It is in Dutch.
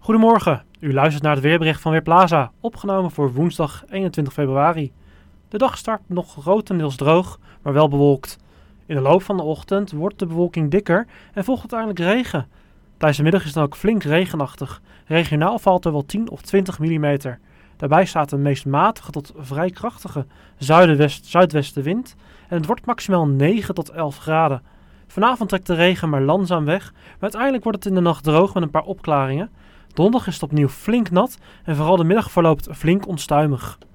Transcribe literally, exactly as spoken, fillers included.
Goedemorgen, u luistert naar het weerbericht van Weerplaza, opgenomen voor woensdag eenentwintig februari. De dag start nog grotendeels droog, maar wel bewolkt. In de loop van de ochtend wordt de bewolking dikker en volgt uiteindelijk regen. Tijdens de middag is het dan ook flink regenachtig. Regionaal valt er wel tien of twintig millimeter. Daarbij staat een meest matige tot vrij krachtige zuidwest-zuidwestenwind en het wordt maximaal negen tot elf graden. Vanavond trekt de regen maar langzaam weg, maar uiteindelijk wordt het in de nacht droog met een paar opklaringen. Donderdag is het opnieuw flink nat en vooral de middag verloopt flink onstuimig.